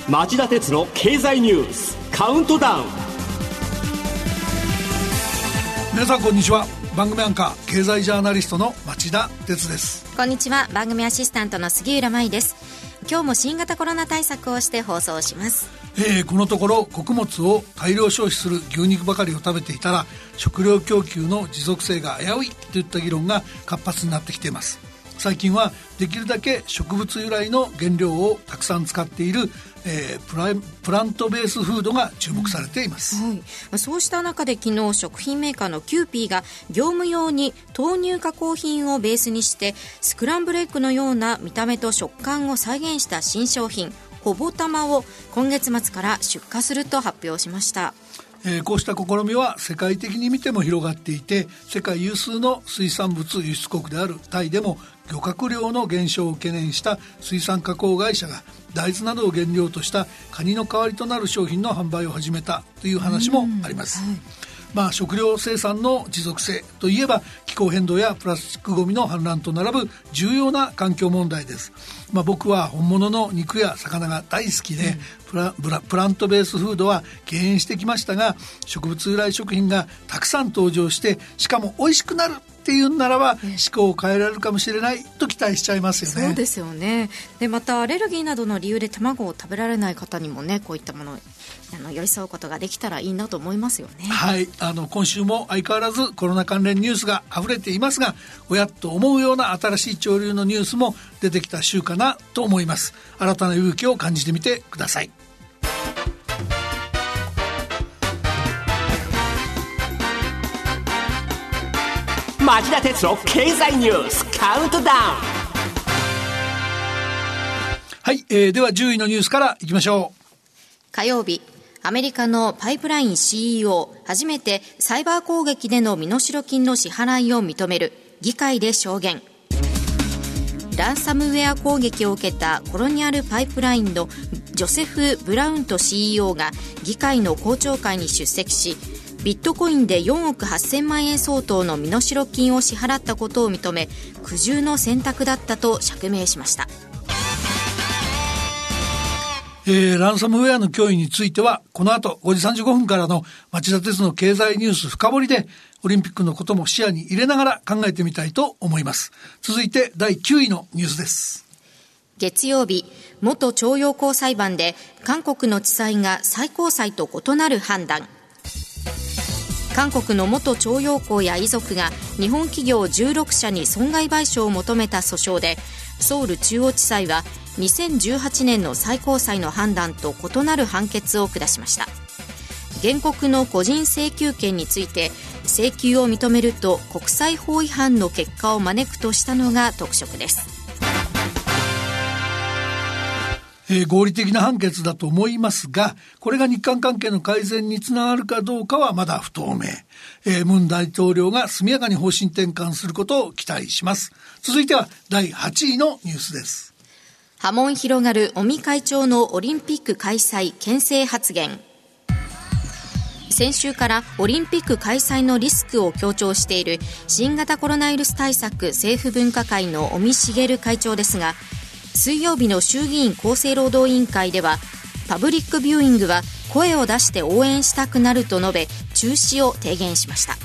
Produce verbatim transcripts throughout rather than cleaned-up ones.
町田鉄の経済ニュースカウントダウン。 皆さんこんにちは。番組アンカー経済ジャーナリストの町田鉄です。 こんにちは。番組アシスタントの杉浦舞です。今日も新型コロナ対策をして放送します。 えー、このところ穀物を大量消費する牛肉ばかりを食べていたら食料供給の持続性が危ういといった議論が活発になってきています。最近はできるだけ植物由来の原料をたくさん使っている、えー、プラ、プラントベースフードが注目されています、 はい、そうした中で昨日食品メーカーのキューピーが業務用に豆乳加工品をベースにしてスクランブルエッグのような見た目と食感を再現した新商品ほぼたまを今月末から出荷すると発表しました。 えー、こうした試みは世界的に見ても広がっていて、世界有数の水産物輸出国であるタイでも漁獲量の減少を懸念した水産加工会社が大豆などを原料としたカニの代わりとなる商品の販売を始めたという話もあります、はい。まあ、食料生産の持続性といえば気候変動やプラスチックごみの氾濫と並ぶ重要な環境問題です。まあ、僕は本物の肉や魚が大好きで、うん、プラ、プラ、プラントベースフードは敬遠してきましたが、植物由来食品がたくさん登場してしかも美味しくなるっていうならば思考を変えられるかもしれないと期待しちゃいますよね。 そうですよね。でまたアレルギーなどの理由で卵を食べられない方にもね、こういったものあの寄り添うことができたらいいなと思いますよね。 はい、あの今週も相変わらずコロナ関連ニュースが溢れていますが、おやっと思うような新しい潮流のニュースも出てきた週かなと思います。新たな勇気を感じてみてください。 町田鉄の経済ニュースカウントダウン。 はい、えー、ではじゅういのニュースからいきましょう。 火曜日、アメリカのパイプライン シーイーオー 初めてサイバー攻撃での身代金の支払いを認める、議会で証言。ランサムウェア攻撃を受けたコロニアルパイプラインのジョセフ・ブラウント シーイーオー が議会の公聴会に出席し、ビットコインでよんおくはっせんまんえん相当の身代金を支払ったことを認め、苦渋の選択だったと釈明しました。 えー、ランサムウェアの脅威についてはこの後ごじさんじゅうごふんからの町田鉄の経済ニュース深掘りでオリンピックのことも視野に入れながら考えてみたいと思います。続いてだいきゅういのニュースです。 月曜日、元徴用工裁判で韓国の地裁が最高裁と異なる判断。韓国の元徴用工や遺族が日本企業じゅうろくしゃに損害賠償を求めた訴訟で、ソウル中央地裁はにせんじゅうはちねんの最高裁の判断と異なる判決を下しました。原告の個人請求権について請求を認めると国際法違反の結果を招くとしたのが特色です。 えー、合理的な判決だと思いますが、これが日韓関係の改善につながるかどうかはまだ不透明。えー、ムン大統領が速やかに方針転換することを期待します。続いてはだいはちいのニュースです。 波紋広がる尾身会長のオリンピック開催牽制発言。先週からオリンピック開催のリスクを強調している新型コロナウイルス対策政府分科会の尾身茂会長ですが、水曜日の衆議院厚生労働委員会ではパブリックビューイングは声を出して応援したくなると述べ、中止を提言しました。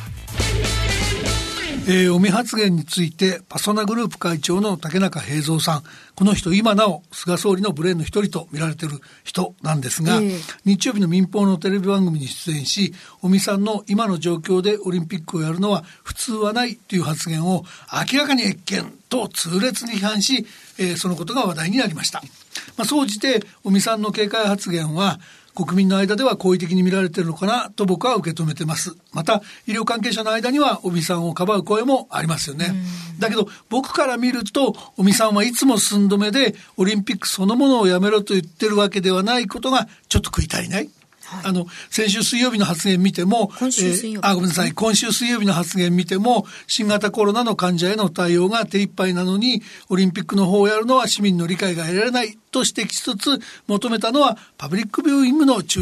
えー、尾身発言についてパソナグループ会長の竹中平蔵さん、この人今なお菅総理のブレーンの一人と見られている人なんですが、えー、日曜日の民放のテレビ番組に出演し、尾身さんの今の状況でオリンピックをやるのは普通はないという発言を明らかに越権と痛烈に批判し、えー、そのことが話題になりました。まあ、総じて尾身さんの警戒発言は国民の間では好意的に見られているのかなと僕は受け止めてます。また医療関係者の間には尾身さんをかばう声もありますよね。だけど僕から見ると尾身さんはいつも寸止めでオリンピックそのものをやめろと言ってるわけではないことがちょっと食い足りない。はい、あの先週水曜日の発言見ても今週水曜日、 えー、あごめんなさい今週水曜日の発言見ても新型コロナの患者への対応が手一杯なのにオリンピックの方をやるのは市民の理解が得られないと指摘しつつ求めたのはパブリックビューイングの中止って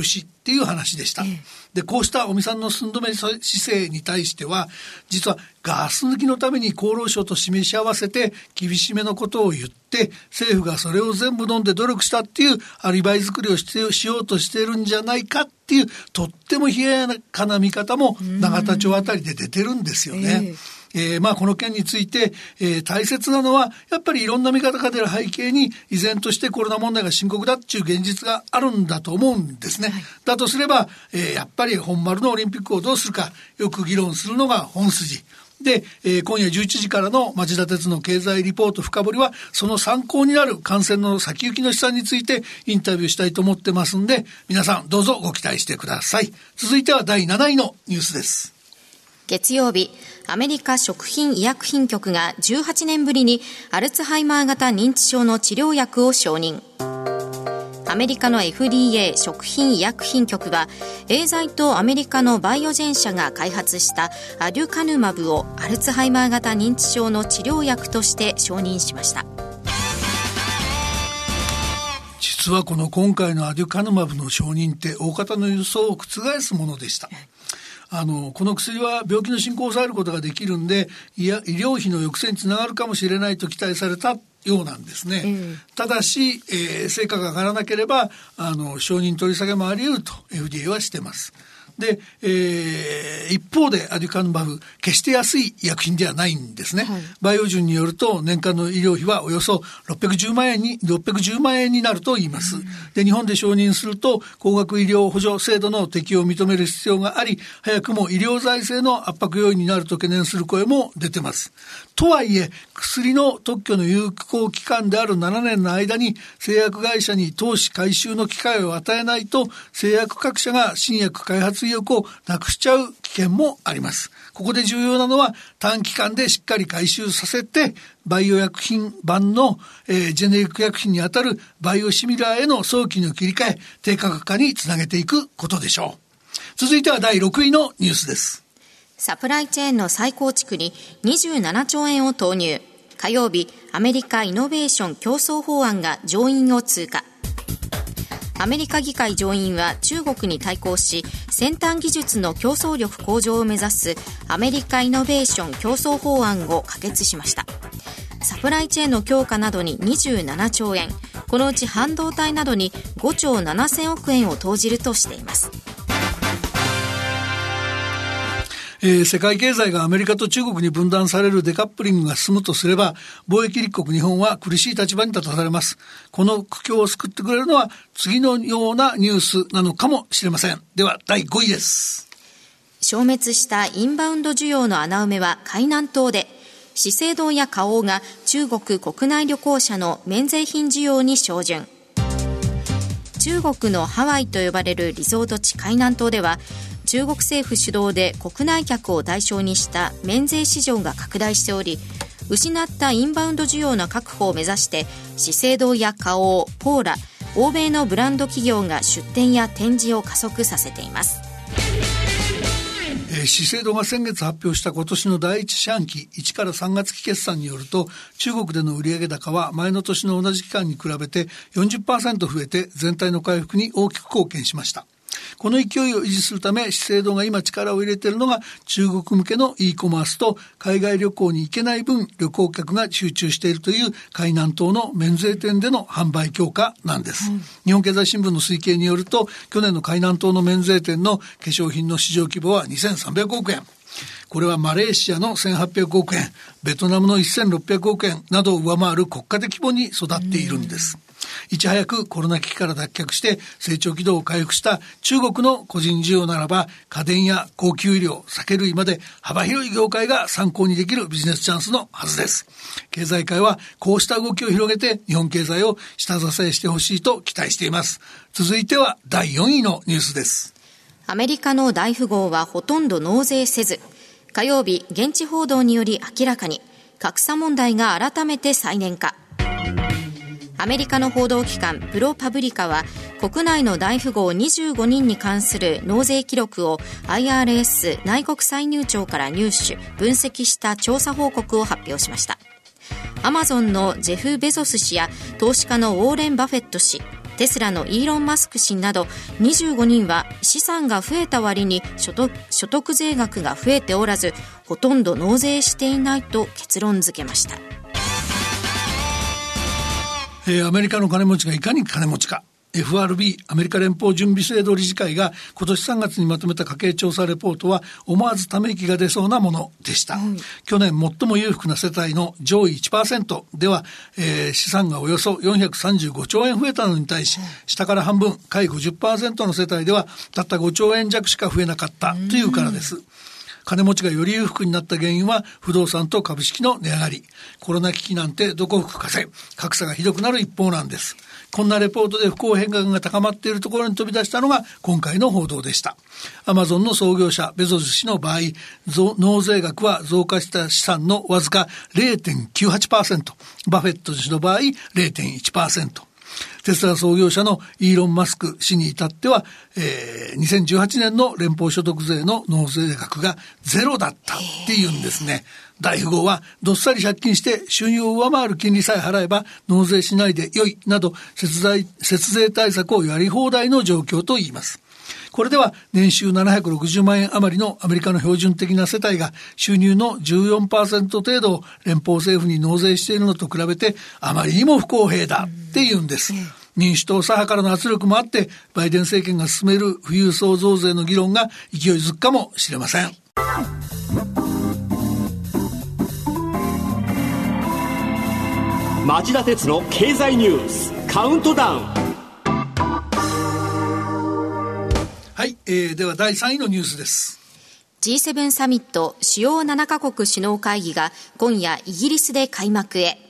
っていう話でした。で、こうした尾身さんの寸止め姿勢に対しては、実はガス抜きのために厚労省と示し合わせて厳しめのことを言って、政府がそれを全部飲んで努力したっていうアリバイ作りをしてしようとしているんじゃないかっていう、とっても冷ややかな見方も永田町あたりで出てるんですよね。えー、まあこの件について、えー、大切なのはやっぱりいろんな見方が出る背景に依然としてコロナ問題が深刻だっていう現実があるんだと思うんですね。はい、だとすれば、えー、やっぱり本丸のオリンピックをどうするかよく議論するのが本筋で、えー、今夜じゅういちじからの町田鉄の経済リポート深掘りはその参考になる感染の先行きの試算についてインタビューしたいと思ってますんで、皆さんどうぞご期待してください。続いてはだいなないのニュースです。 月曜日、アメリカ食品医薬品局がじゅうはちねんぶりにアルツハイマー型認知症の治療薬を承認。アメリカの エフディーエー 食品医薬品局はエーザイとアメリカのバイオジェン社が開発したアデュカヌマブをアルツハイマー型認知症の治療薬として承認しました。 実はこの今回のアデュカヌマブの承認って大方の予想を覆すものでした。あのこの薬は病気の進行を抑えることができるんで、いや医療費の抑制につながるかもしれないと期待されたようなんですね。うん、ただし、えー、成果が上がらなければあの承認取り下げもあり得ると エフディーエー はしてます。で、えー、一方でアデュカヌマブ決して安い医薬品ではないんですね。はい、バイオジュンによると年間の医療費はおよそろっぴゃくじゅうまんえんにろっぴゃくじゅうまんえんになると言います。うん、で日本で承認すると高額医療補助制度の適用を認める必要があり、早くも医療財政の圧迫要因になると懸念する声も出てます。とはいえ薬の特許の有効期間であるななねんの間に製薬会社に投資回収の機会を与えないと製薬各社が新薬開発意欲をなくしちゃう危険もあります。ここで重要なのは短期間でしっかり回収させてバイオ薬品版の、えー、ジェネリック薬品にあたるバイオシミラーへの早期の切り替え、低価格化につなげていくことでしょう。続いてはだいろくいのニュースです。 サプライチェーンの再構築ににじゅうななちょうえんを投入。火曜日、アメリカイノベーション競争法案が上院を通過。アメリカ議会上院は中国に対抗し先端技術の競争力向上を目指すアメリカイノベーション競争法案を可決しました。サプライチェーンの強化などににじゅうななちょうえん、このうち半導体などにごちょうななせんおくえんを投じるとしています。 えー、世界経済がアメリカと中国に分断されるデカップリングが進むとすれば、貿易立国日本は苦しい立場に立たされます。この苦境を救ってくれるのは次のようなニュースなのかもしれません。ではだいごいです。 消滅したインバウンド需要の穴埋めは海南島で、資生堂や花王が中国国内旅行者の免税品需要に照準。中国のハワイと呼ばれるリゾート地海南島では、中国政府主導で国内客を対象にした免税市場が拡大しており、失ったインバウンド需要の確保を目指して資生堂や花王、ポーラ、欧米のブランド企業が出店や展示を加速させています。 えー、資生堂が先月発表した今年の第一四半期いちからさんがつ期決算によると、中国での売上高は前の年の同じ期間に比べて よんじゅっパーセント 増えて全体の回復に大きく貢献しました。この勢いを維持するため資生堂が今力を入れているのが中国向けの e コマースと海外旅行に行けない分旅行客が集中しているという海南島の免税店での販売強化なんです。うん、日本経済新聞の推計によると去年の海南島の免税店の化粧品の市場規模はにせんさんびゃくおくえん。これはマレーシアのせんはっぴゃくおくえん、ベトナムのせんろっぴゃくおくえんなどを上回る国家的規模に育っているんです。いち早くコロナ危機から脱却して成長軌道を回復した中国の個人需要ならば、家電や高級医療、酒類まで幅広い業界が参考にできるビジネスチャンスのはずです。経済界はこうした動きを広げて日本経済を下支えしてほしいと期待しています。続いてはだいよんいのニュースです。 アメリカの大富豪はほとんど納税せず、火曜日現地報道により明らかに格差問題が改めて再燃化。アメリカの報道機関プロパブリカは国内の大富豪にじゅうごにんに関する納税記録を アイアールエス 内国歳入庁から入手分析した調査報告を発表しました。アマゾンのジェフ・ベゾス氏や投資家のウォーレン・バフェット氏、 テスラのイーロン・マスク氏などにじゅうごにんは資産が増えた割に所得、所得税額が増えておらず、ほとんど納税していないと結論付けました。 えー、アメリカの金持ちがいかに金持ちか。エフアールビー アメリカ連邦準備制度理事会が今年さんがつにまとめた家計調査レポートは思わずため息が出そうなものでした、うん、去年最も裕福な世帯の上位 いちパーセント では、えー、資産がおよそよんひゃくさんじゅうごちょうえん増えたのに対し、うん、下から半分下位 ごじゅっパーセント の世帯ではたったごちょうえん弱しか増えなかったというからです、うん。金持ちがより裕福になった原因は不動産と株式の値上がり。コロナ危機なんてどこ吹く風、格差がひどくなる一方なんです。こんなレポートで不公平感が高まっているところに飛び出したのが今回の報道でした。アマゾンの創業者ベゾス氏の場合、納税額は増加した資産のわずか れいてんきゅうはちパーセント、バフェット氏の場合 れいてんいちパーセント、テスラ創業者のイーロン・マスク氏に至っては、えー、にせんじゅうはちねんの連邦所得税の納税額がゼロだったっていうんですね。大富豪はどっさり借金して収入を上回る金利さえ払えば納税しないで良いなど節税、節税対策をやり放題の状況と言います。これでは年収ななひゃくろくじゅうまんえん余りのアメリカの標準的な世帯が収入の じゅうよんパーセント 程度を連邦政府に納税しているのと比べてあまりにも不公平だっていうんです。民主党左派からの圧力もあってバイデン政権が進める富裕層増税の議論が勢いづくかもしれません。 町田鉄の経済ニュースカウントダウン。 はい、えー、ではだいさんいのニュースです。 ジーセブン サミット主要ななカ国首脳会議が今夜イギリスで開幕へ。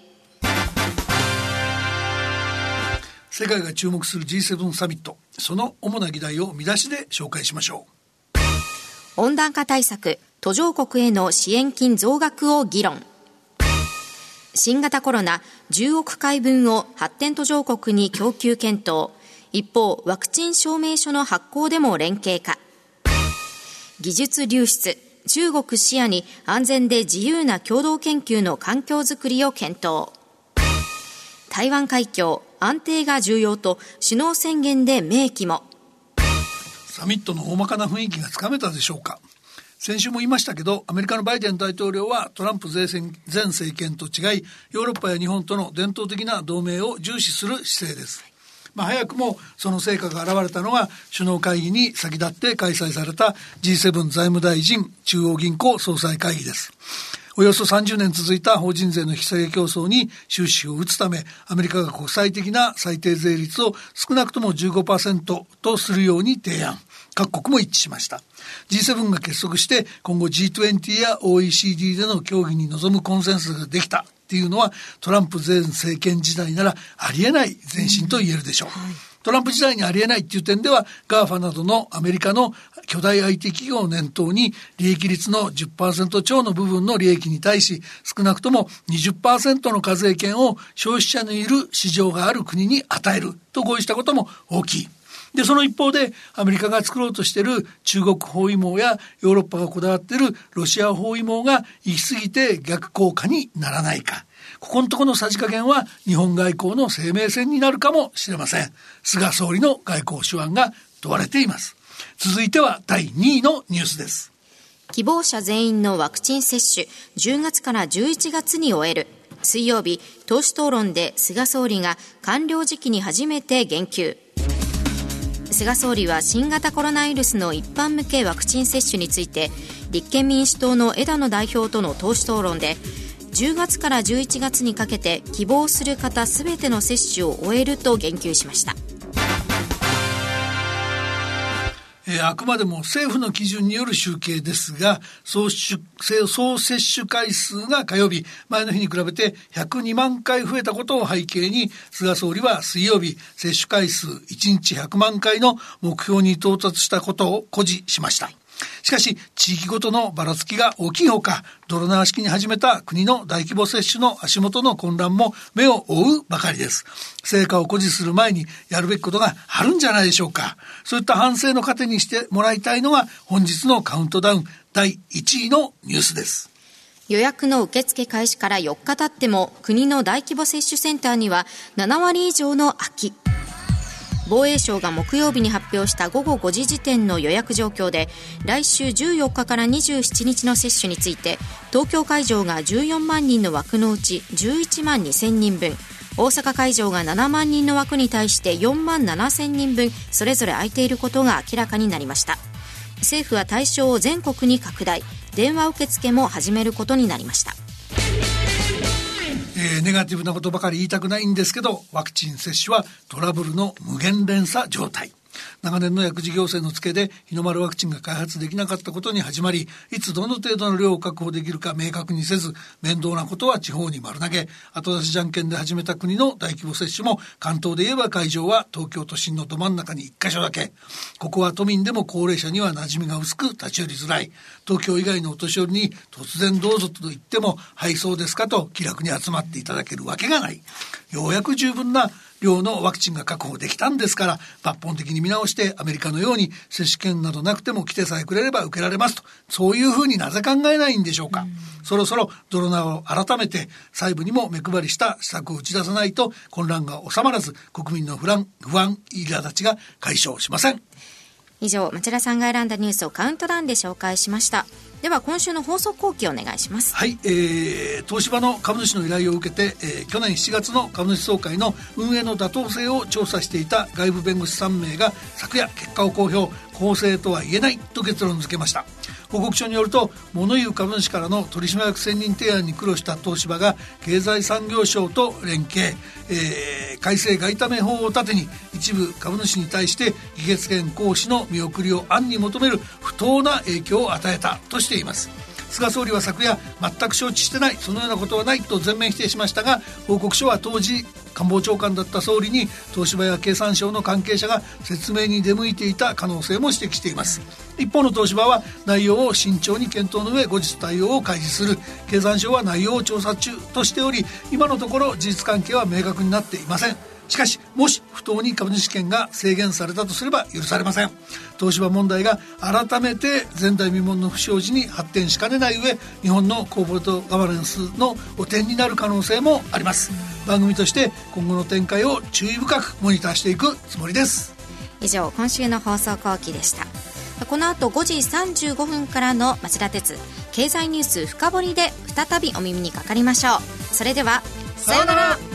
世界が注目する ジーセブン サミット、その主な議題を見出しで紹介しましょう。 温暖化対策、途上国への支援金増額を議論。新型コロナじゅうおくかいぶんを発展途上国に供給検討。一方、ワクチン証明書の発行でも連携か。技術流出、中国視野に安全で自由な共同研究の環境づくりを検討。台湾海峡、安定が重要と首脳宣言で明記も。 サミットの大まかな雰囲気がつかめたでしょうか。先週も言いましたけど、アメリカのバイデン大統領はトランプ前政権と違い、ヨーロッパや日本との伝統的な同盟を重視する姿勢です。まあ、早くもその成果が現れたのが首脳会議に先立って開催された ジーセブン 財務大臣中央銀行総裁会議です。およそさんじゅうねん続いた法人税の引き下げ競争に終止符を打つため、アメリカが国際的な最低税率を少なくとも じゅうごパーセント とするように提案。各国も一致しました。 ジーセブン が結束して今後 ジーにじゅう や オーイーシーディー での協議に臨むコンセンサスができたっていうのは、トランプ前政権時代ならありえない前進と言えるでしょう、うんはい。トランプ時代にありえないっていう点では、ガーファ などのアメリカの巨大 アイティー 企業を念頭に利益率の じゅっパーセント 超の部分の利益に対し少なくとも にじゅっパーセント の課税権を消費者のいる市場がある国に与えると合意したことも大きい。で、その一方でアメリカが作ろうとしている中国包囲網やヨーロッパがこだわっているロシア包囲網が行き過ぎて逆効果にならないか。ここのところのさじ加減は日本外交の生命線になるかもしれません。菅総理の外交手腕が問われています。続いてはだいにいのニュースです。 希望者全員のワクチン接種じゅうがつからじゅういちがつに終える。水曜日、党首討論で菅総理が完了時期に初めて言及。菅総理は新型コロナウイルスの一般向けワクチン接種について、立憲民主党の枝野代表との党首討論で、じゅうがつからじゅういちがつにかけて希望する方すべての接種を終えると言及しました。 えー、あくまでも政府の基準による集計ですが、総, 総接種回数が火曜日前の日に比べてひゃくにまんかい増えたことを背景に、菅総理は水曜日接種回数いちにちひゃくまんかいの目標に到達したことを誇示しました。しかし地域ごとのばらつきが大きいほか、泥縄式に始めた国の大規模接種の足元の混乱も目を覆うばかりです。成果を誇示する前にやるべきことがあるんじゃないでしょうか。そういった反省の糧にしてもらいたいのが本日のカウントダウンだいいちいのニュースです。 予約の受付開始からよっか経っても国の大規模接種センターにはななわり以上の空き。 防衛省が木曜日に発表した午後ごじ時点の予約状況で、来週じゅうよっかからにじゅうしちにちの接種について、東京会場がじゅうよんまんにんの枠のうちじゅういちまんにせんにんぶん、大阪会場がななまんにんの枠に対してよんまんななせんにんぶんそれぞれ空いていることが明らかになりました。政府は対象を全国に拡大、電話受付も始めることになりました。 えー、ネガティブなことばかり言いたくないんですけど、ワクチン接種はトラブルの無限連鎖状態。長年の薬事行政の付けで日の丸ワクチンが開発できなかったことに始まり、いつどの程度の量を確保できるか明確にせず、面倒なことは地方に丸投げ、後出しじゃんけんで始めた国の大規模接種も、関東で言えば会場は東京都心のど真ん中にいっかしょだけ。ここは都民でも高齢者には馴染みが薄く立ち寄りづらい。東京以外のお年寄りに突然どうぞと言っても、はいそうですかと気楽に集まっていただけるわけがない。ようやく十分な量のワクチンが確保できたんですから、抜本的に見直してアメリカのように接種券などなくても来てさえくれれば受けられますと、そういうふうになぜ考えないんでしょうか。うん、そろそろ泥縄を改めて細部にも目配りした施策を打ち出さないと、混乱が収まらず国民の不安、不安、苛立ちが解消しません。 以上、町田さんが選んだニュースをカウントダウンで紹介しました。では今週の放送後期をお願いします。 はい、えー、東芝の株主の依頼を受けて、えー、去年しちがつの株主総会の運営の妥当性を調査していた外部弁護士さんめいが昨夜結果を公表。公正とは言えないと結論付けました。報告書によると、物言う株主からの取締役選任提案に苦労した東芝が経済産業省と連携、えー、改正外為法を盾に一部株主に対して議決権行使の見送りを暗に求める不当な影響を与えたとしています。菅総理は昨夜、全く承知してない、そのようなことはないと全面否定しましたが、報告書は当時官房長官だった総理に東芝や経産省の関係者が説明に出向いていた可能性も指摘しています。一方の東芝は内容を慎重に検討の上後日対応を開示する。経産省は内容を調査中としており、今のところ事実関係は明確になっていません。しかし、もし不当に株主権が制限されたとすれば許されません。東芝問題が改めて前代未聞の不祥事に発展しかねない上、日本のコーポレートガバナンスの汚点になる可能性もあります。番組として今後の展開を注意深くモニターしていくつもりです。 以上、今週の放送後期でした。この後ごじさんじゅうごふんからの町田鉄経済ニュース深掘りで再びお耳にかかりましょう。それではさようなら。